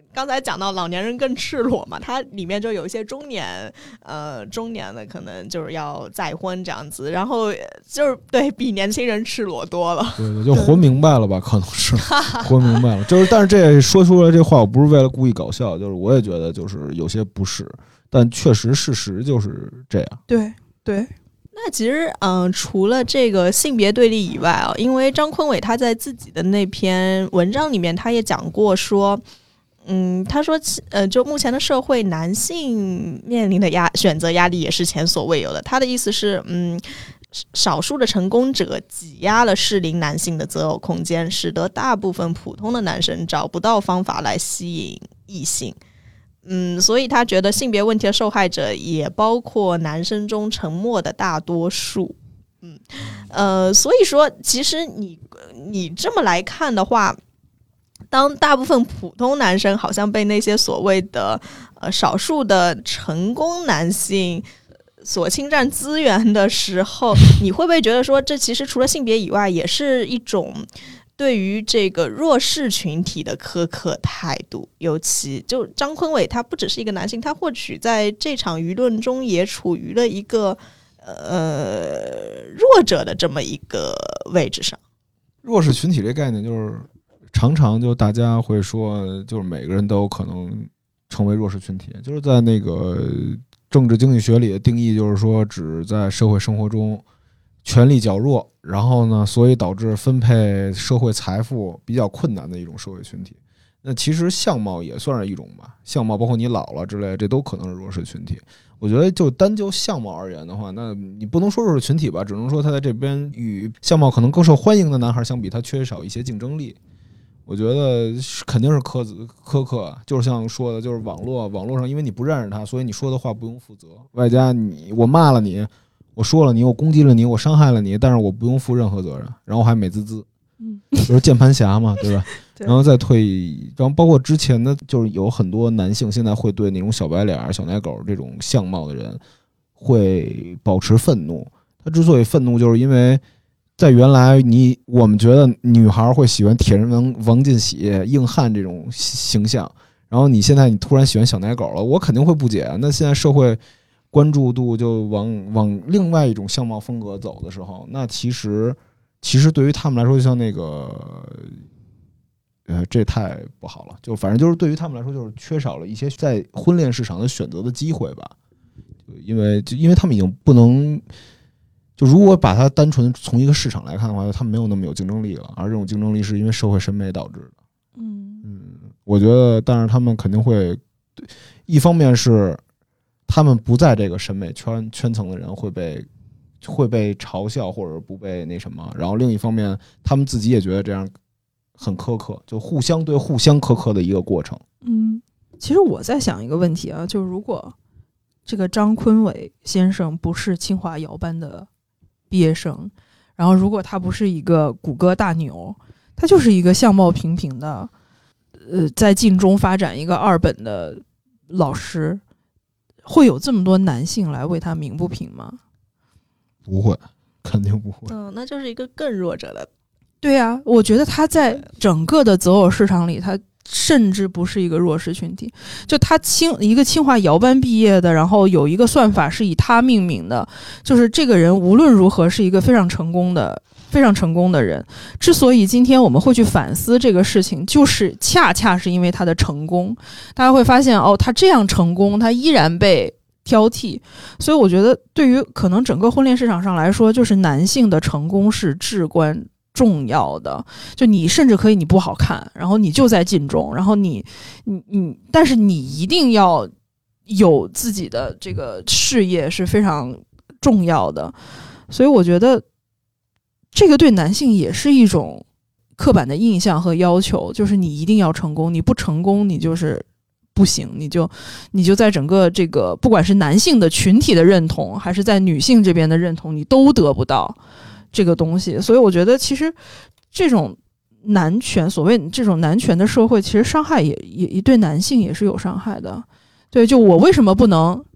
Speaker 1: 刚才讲到老年人更赤裸嘛，它里面就有一些中年，呃，中年的可能就是要再婚这样子，然后就是对比年轻人赤裸多了。
Speaker 3: 对对，就活明白了吧？可能是活明白了。就是，但是这说出来这话，我不是为了故意搞笑，就是我也觉得就是有些不是，但确实事实就是这样。
Speaker 2: 对对。
Speaker 1: 那其实，嗯、呃，除了这个性别对立以外啊，因为张坤伟他在自己的那篇文章里面，他也讲过说，嗯，他说，呃，就目前的社会，男性面临的压选择压力也是前所未有的。他的意思是，嗯，少数的成功者挤压了适龄男性的择偶空间，使得大部分普通的男生找不到方法来吸引异性。嗯，所以他觉得性别问题的受害者也包括男生中沉默的大多数。嗯，呃，所以说，其实你你这么来看的话，当大部分普通男生好像被那些所谓的呃少数的成功男性所侵占资源的时候，你会不会觉得说，这其实除了性别以外，也是一种对于这个弱势群体的苛刻态度？尤其就张坤伟他不只是一个男性，他或许在这场舆论中也处于了一个呃弱者的这么一个位置上。
Speaker 3: 弱势群体这概念就是常常就大家会说，就是每个人都有可能成为弱势群体，就是在那个政治经济学里的定义，就是说指在社会生活中权力较弱，然后呢，所以导致分配社会财富比较困难的一种社会群体。那其实相貌也算是一种吧，相貌包括你老了之类，这都可能是弱势群体。我觉得就单就相貌而言的话，那你不能说弱势群体吧，只能说他在这边与相貌可能更受欢迎的男孩相比，他缺少一些竞争力。我觉得肯定是苛苛刻，就是像说的，就是网络网络上，因为你不认识他，所以你说的话不用负责。外加你我骂了你，我说了你，我攻击了你，我伤害了你，但是我不用负任何责任，然后还美滋滋，嗯，就是键盘侠嘛，对吧？对。然后再退，然后包括之前的，就是有很多男性现在会对那种小白脸、小奶狗这种相貌的人会保持愤怒。他之所以愤怒，就是因为在原来你我们觉得女孩会喜欢铁人王王进喜、硬汉这种形象，然后你现在你突然喜欢小奶狗了，我肯定会不解。那现在社会关注度就往往另外一种相貌风格走的时候，那其实其实对于他们来说，就像那个呃，这太不好了。就反正就是对于他们来说，就是缺少了一些在婚恋市场的选择的机会吧。因为就因为他们已经不能。就如果把它单纯从一个市场来看的话，他们没有那么有竞争力了，而这种竞争力是因为社会审美导致的。嗯嗯，我觉得，但是他们肯定会，一方面是他们不在这个审美圈圈层的人会被会被嘲笑或者不被那什么，然后另一方面他们自己也觉得这样很苛刻，就互相对互相苛刻的一个过程。
Speaker 2: 嗯，其实我在想一个问题啊，就如果这个张坤伟先生不是清华摇班的毕业生，然后如果他不是一个谷歌大牛，他就是一个相貌平平的呃，在晋中发展一个二本的老师，会有这么多男性来为他鸣不平吗？
Speaker 3: 不会，肯定不会。
Speaker 1: 嗯，那就是一个更弱者的。
Speaker 2: 对啊，我觉得他在整个的择偶市场里，他甚至不是一个弱势群体。就他清一个清华摇班毕业的，然后有一个算法是以他命名的，就是这个人无论如何是一个非常成功的非常成功的人。之所以今天我们会去反思这个事情，就是恰恰是因为他的成功，大家会发现哦，他这样成功，他依然被挑剔。所以我觉得对于可能整个婚恋市场上来说，就是男性的成功是至关重要的。就你甚至可以你不好看，然后你就在晋中，然后你你你但是你一定要有自己的这个事业是非常重要的。所以我觉得这个对男性也是一种刻板的印象和要求，就是你一定要成功，你不成功你就是不行，你就你就在整个这个不管是男性的群体的认同，还是在女性这边的认同，你都得不到这个东西。所以我觉得其实这种男权，所谓这种男权的社会，其实伤害也也对男性也是有伤害的。对，就我为什么不能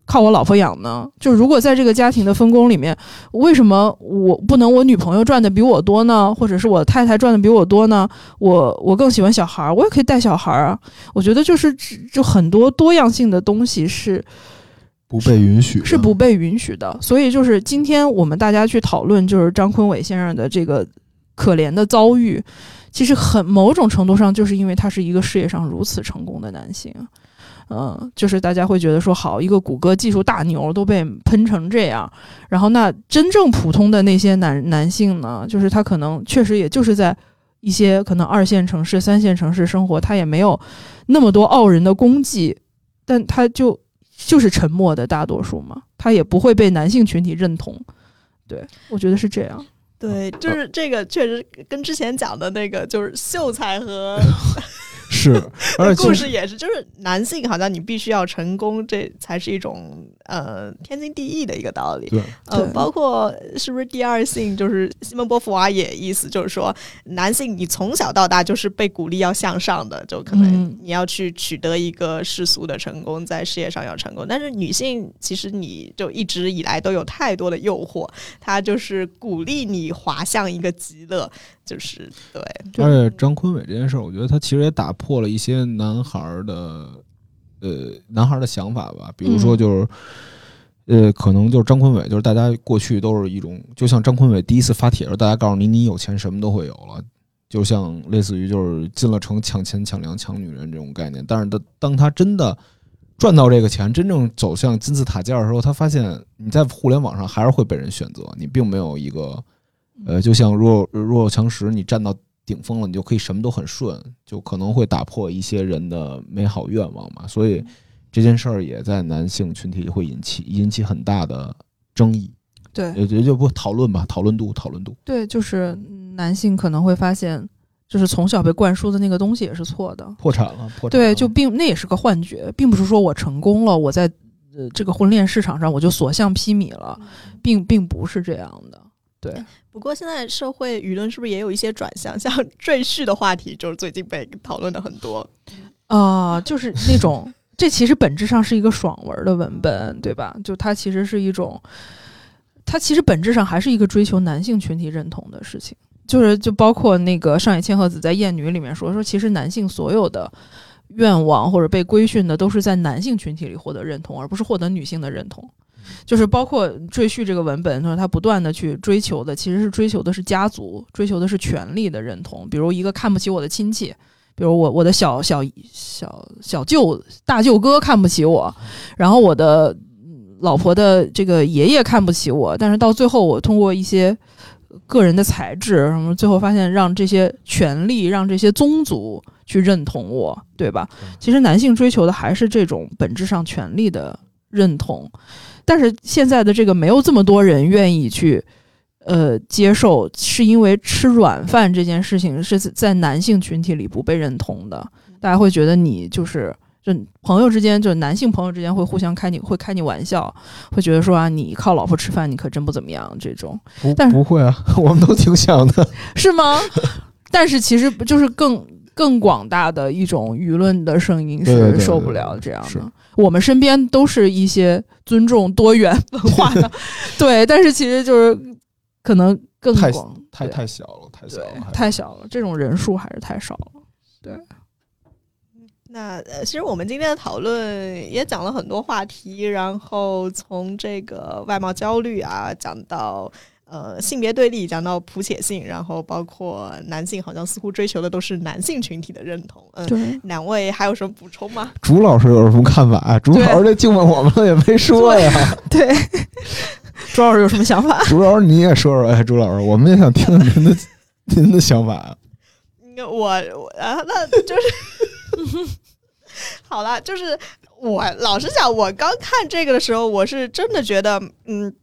Speaker 2: 靠我老婆养呢？就如果在这个家庭的分工里面，为什么我不能我女朋友赚的比我多呢？或者是我太太赚的比我多呢？我我更喜欢小孩，我也可以带小孩啊。我觉得就是就很多多样性的东西是
Speaker 3: 不被允许，
Speaker 2: 是不被允许的。所以就是今天我们大家去讨论，就是张坤伟先生的这个可怜的遭遇，其实很某种程度上就是因为他是一个事业上如此成功的男性。嗯，就是大家会觉得说，好，一个谷歌技术大牛都被喷成这样，然后那真正普通的那些男男性呢，就是他可能确实也就是在一些可能二线城市、三线城市生活，他也没有那么多傲人的功绩，但他就就是沉默的大多数嘛，他也不会被男性群体认同。对，我觉得是这样。
Speaker 1: 对，就是这个确实跟之前讲的那个就是秀才和
Speaker 3: 是，而且
Speaker 1: 故事也是，就是男性好像你必须要成功，这才是一种呃天经地义的一个道理。
Speaker 3: 对，
Speaker 1: 呃，包括是不是第二性，就是西蒙波伏娃也意思就是说，男性你从小到大就是被鼓励要向上的，就可能你要去取得一个世俗的成功，在事业上要成功。但是女性其实你就一直以来都有太多的诱惑，她就是鼓励你滑向一个极乐。就是对，
Speaker 3: 而且张坤伟这件事儿，我觉得他其实也打破了一些男孩的，呃，男孩的想法吧。比如说，就是，嗯、呃，可能就是张坤伟，就是大家过去都是一种，就像张坤伟第一次发帖的时候，大家告诉你，你有钱什么都会有了，就像类似于就是进了城抢钱、抢粮、抢女人这种概念。但是他当他真的赚到这个钱，真正走向金字塔尖的时候，他发现你在互联网上还是会被人选择，你并没有一个。呃，就像弱弱肉强食，你站到顶峰了，你就可以什么都很顺，就可能会打破一些人的美好愿望嘛。所以这件事儿也在男性群体会引起引起很大的争议。
Speaker 2: 对，
Speaker 3: 也就不讨论吧，讨论度，讨论度。
Speaker 2: 对，就是男性可能会发现，就是从小被灌输的那个东西也是错的，
Speaker 3: 破产了，破产了。
Speaker 2: 对，就并那也是个幻觉，并不是说我成功了，我在呃这个婚恋市场上我就所向披靡了，并并不是这样的。对，
Speaker 1: 不过现在社会舆论是不是也有一些转向，像赘婿的话题，就是最近被讨论的很多。
Speaker 2: 啊、呃，就是那种，这其实本质上是一个爽文的文本，对吧？就它其实是一种，它其实本质上还是一个追求男性群体认同的事情。就是就包括那个上野千鹤子在《艳女》里面说，说其实男性所有的愿望或者被规训的，都是在男性群体里获得认同，而不是获得女性的认同。就是包括赘婿这个文本，他不断的去追求的，其实是追求的是家族，追求的是权力的认同。比如一个看不起我的亲戚，比如我我的小小小小舅大舅哥看不起我，然后我的老婆的这个爷爷看不起我，但是到最后我通过一些个人的才智，什么最后发现让这些权力，让这些宗族去认同我，对吧？其实男性追求的还是这种本质上权力的认同。但是现在的这个没有这么多人愿意去呃接受，是因为吃软饭这件事情是在男性群体里不被认同的，大家会觉得你就是就朋友之间，就男性朋友之间会互相开你会开你玩笑，会觉得说啊，你靠老婆吃饭你可真不怎么样这种。
Speaker 3: 不
Speaker 2: 但是
Speaker 3: 不会啊，我们都挺想的。
Speaker 2: 是吗？但是其实就是更更广大的一种舆论的声音是受不了这样的。对对对对，我们身边都是一些尊重多元文化的，对，但是其实就是可能更广，
Speaker 3: 太太小了，太小了，
Speaker 2: 太小了，这种人数还是太少了。对，
Speaker 1: 那呃，其实我们今天的讨论也讲了很多话题，然后从这个外貌焦虑啊讲到。呃，性别对立讲到普且性，然后包括男性好像似乎追求的都是男性群体的认同。嗯，
Speaker 2: 对，
Speaker 1: 两位还有什么补充吗？
Speaker 3: 朱老师有什么看法啊？朱老师这敬问我们了也没说呀。
Speaker 2: 对，朱老师有什么想法？
Speaker 3: 朱老师你也说说，哎，朱老师，我们也想听听您的您的想法。
Speaker 1: 我我啊，那就是好了，就是我老实讲，我刚看这个的时候，我是真的觉得，嗯。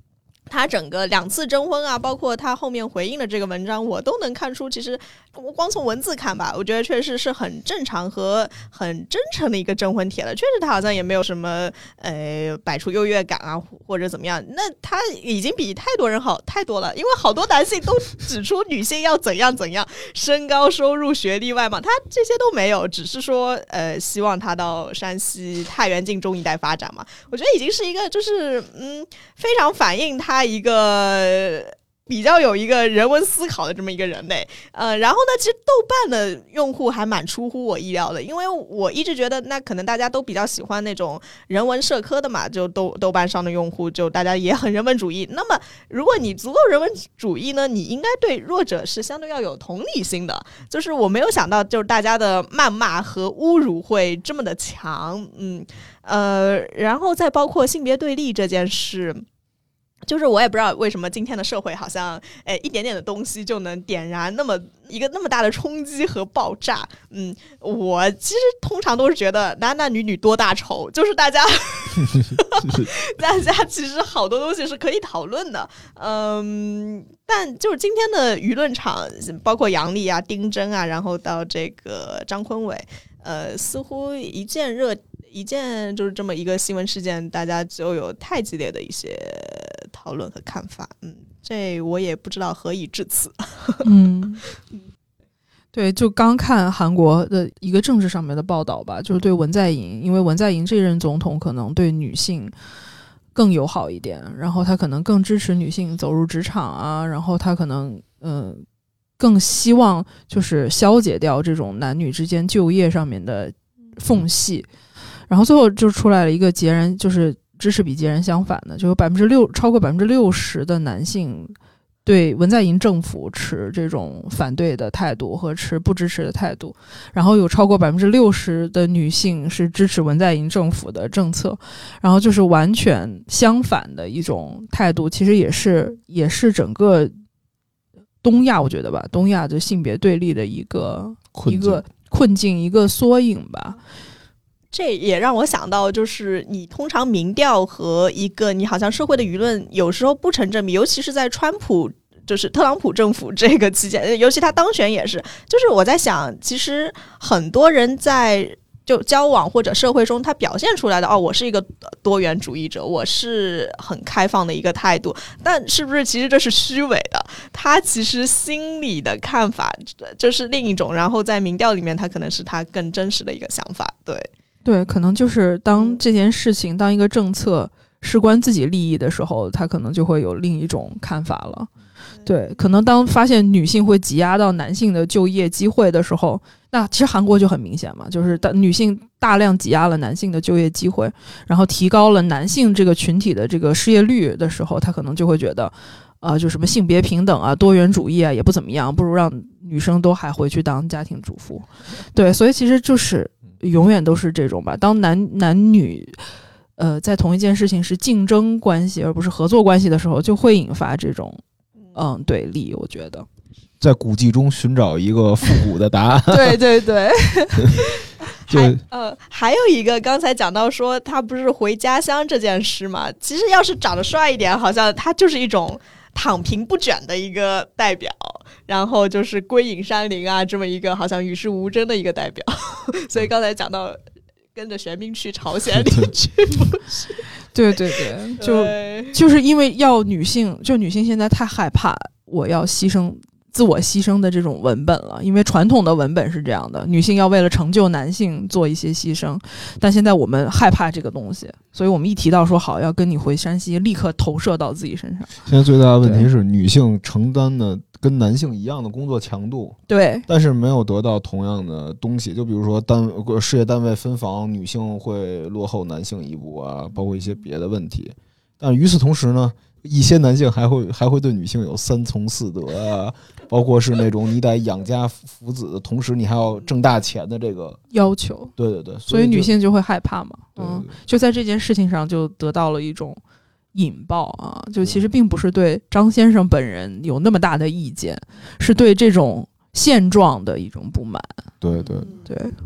Speaker 1: 他整个两次征婚啊，包括他后面回应的这个文章，我都能看出，其实我光从文字看吧，我觉得确实是很正常和很真诚的一个征婚帖了。确实他好像也没有什么呃摆出优越感啊，或者怎么样。那他已经比太多人好太多了，因为好多男性都指出女性要怎样怎样，身高、收入、学历、外貌，他这些都没有，只是说呃希望他到山西太原晋中一带发展嘛。我觉得已经是一个就是嗯非常反映他一个比较有一个人文思考的这么一个人类，呃，然后呢，其实豆瓣的用户还蛮出乎我意料的，因为我一直觉得那可能大家都比较喜欢那种人文社科的嘛，就豆豆瓣上的用户就大家也很人文主义。那么如果你足够人文主义呢，你应该对弱者是相对要有同理心的。就是我没有想到，就是大家的谩骂和侮辱会这么的强，嗯呃，然后再包括性别对立这件事。就是我也不知道为什么今天的社会好像诶一点点的东西就能点燃那么一个那么大的冲击和爆炸。嗯，我其实通常都是觉得男男女女多大仇，就是大家大家其实好多东西是可以讨论的。嗯，但就是今天的舆论场，包括杨笠啊、丁真啊，然后到这个张坤伟，呃，似乎一件热一件就是这么一个新闻事件，大家就有太激烈的一些讨论和看法。嗯，这我也不知道何以至此。
Speaker 2: 嗯，对，就刚看韩国的一个政治上面的报道吧，就是对文在寅，因为文在寅这任总统可能对女性更友好一点，然后他可能更支持女性走入职场啊，然后他可能嗯、呃、更希望就是消解掉这种男女之间就业上面的缝隙。然后最后就出来了一个截然就是支持比截然相反的，就有百分之六超过百分之六十的男性对文在寅政府持这种反对的态度和持不支持的态度，然后有超过百分之六十的女性是支持文在寅政府的政策，然后就是完全相反的一种态度，其实也是也是整个东亚我觉得吧，东亚的性别对立的一个一个困境一个缩影吧。
Speaker 1: 这也让我想到，就是你通常民调和一个你好像社会的舆论有时候不成正比，尤其是在川普就是特朗普政府这个期间，尤其他当选也是，就是我在想，其实很多人在就交往或者社会中他表现出来的，哦，我是一个多元主义者，我是很开放的一个态度，但是不是其实这是虚伪的，他其实心里的看法就是另一种，然后在民调里面他可能是他更真实的一个想法。对
Speaker 2: 对，可能就是当这件事情当一个政策事关自己利益的时候，他可能就会有另一种看法了。对，可能当发现女性会挤压到男性的就业机会的时候，那其实韩国就很明显嘛，就是当女性大量挤压了男性的就业机会，然后提高了男性这个群体的这个失业率的时候，他可能就会觉得呃，就什么性别平等啊、多元主义啊也不怎么样，不如让女生都还回去当家庭主妇。对，所以其实就是永远都是这种吧，当男男女呃在同一件事情是竞争关系而不是合作关系的时候，就会引发这种嗯对立。我觉得
Speaker 3: 在古迹中寻找一个复古的答案。
Speaker 2: 对对对。
Speaker 1: 还呃，还有一个刚才讲到说他不是回家乡这件事嘛，其实要是长得帅一点，好像他就是一种躺平不卷的一个代表，然后就是归隐山林啊，这么一个好像与世无争的一个代表。所以刚才讲到跟着玄彬去朝鲜里去，不是？
Speaker 2: 对对对，就就是因为要女性，就女性现在太害怕我要牺牲自我牺牲的这种文本了，因为传统的文本是这样的，女性要为了成就男性做一些牺牲，但现在我们害怕这个东西，所以我们一提到说好要跟你回山西，立刻投射到自己身上。
Speaker 3: 现在最大的问题是女性承担的跟男性一样的工作强度，
Speaker 2: 对，
Speaker 3: 但是没有得到同样的东西，就比如说单事业单位分房，女性会落后男性一步啊，包括一些别的问题。但与此同时呢，一些男性还会还会对女性有三从四德啊，包括是那种你得养家扶子的同时你还要挣大钱的这个
Speaker 2: 要求。
Speaker 3: 对对对，
Speaker 2: 所以女性就会害怕嘛。
Speaker 3: 对对对，
Speaker 2: 嗯，就在这件事情上就得到了一种引爆啊，就其实并不是对张先生本人有那么大的意见，是对这种现状的一种不满。
Speaker 3: 对对
Speaker 2: 对。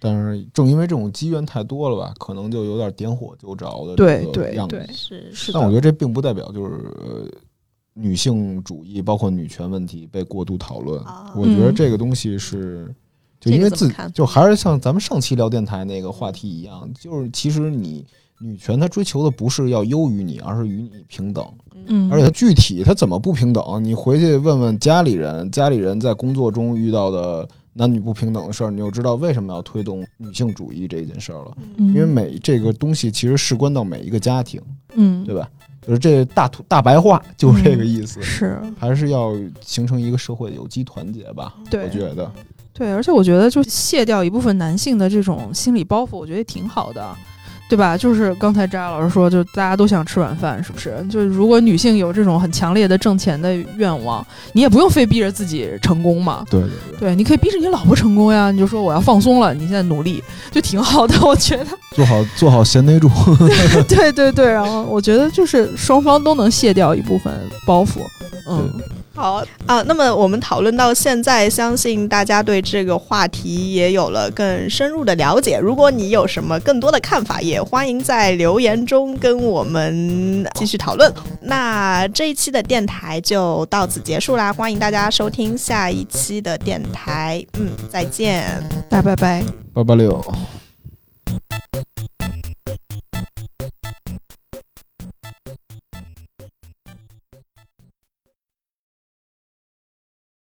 Speaker 3: 但是正因为这种机缘太多了吧，可能就有点点火就着的
Speaker 2: 对
Speaker 3: 这个样子。
Speaker 2: 对对，
Speaker 1: 是
Speaker 2: 是的。
Speaker 3: 但我觉得这并不代表就是、呃、女性主义包括女权问题被过度讨论、
Speaker 1: 哦、
Speaker 3: 我觉得这个东西是、嗯、就因为自己就还是像咱们上期聊电台那个话题一样，就是其实你女权她追求的不是要优于你，而是与你平等。
Speaker 2: 嗯，
Speaker 3: 而且具体她怎么不平等，你回去问问家里人，家里人在工作中遇到的男女不平等的事儿，你就知道为什么要推动女性主义这件事儿了。
Speaker 2: 嗯、
Speaker 3: 因为每这个东西其实事关到每一个家庭，
Speaker 2: 嗯，
Speaker 3: 对吧？就是这大土大白话就是这个意思、
Speaker 2: 嗯、是
Speaker 3: 还是要形成一个社会的有机团结吧。
Speaker 2: 对，
Speaker 3: 我觉得
Speaker 2: 对，而且我觉得就卸掉一部分男性的这种心理包袱，我觉得也挺好的，对吧？就是刚才扎老师说，就大家都想吃软饭，是不是？就是如果女性有这种很强烈的挣钱的愿望，你也不用非逼着自己成功嘛。
Speaker 3: 对对对，
Speaker 2: 对，你可以逼着你老婆成功呀，你就说我要放松了，你现在努力，就挺好的，我觉得。
Speaker 3: 做好做好贤内助。
Speaker 2: 对对对，然后我觉得就是双方都能卸掉一部分包袱。嗯。
Speaker 1: 好啊，那么我们讨论到现在，相信大家对这个话题也有了更深入的了解。如果你有什么更多的看法，也欢迎在留言中跟我们继续讨论。那这一期的电台就到此结束啦，欢迎大家收听下一期的电台。嗯，再见，
Speaker 2: 拜拜拜，
Speaker 3: 八八六。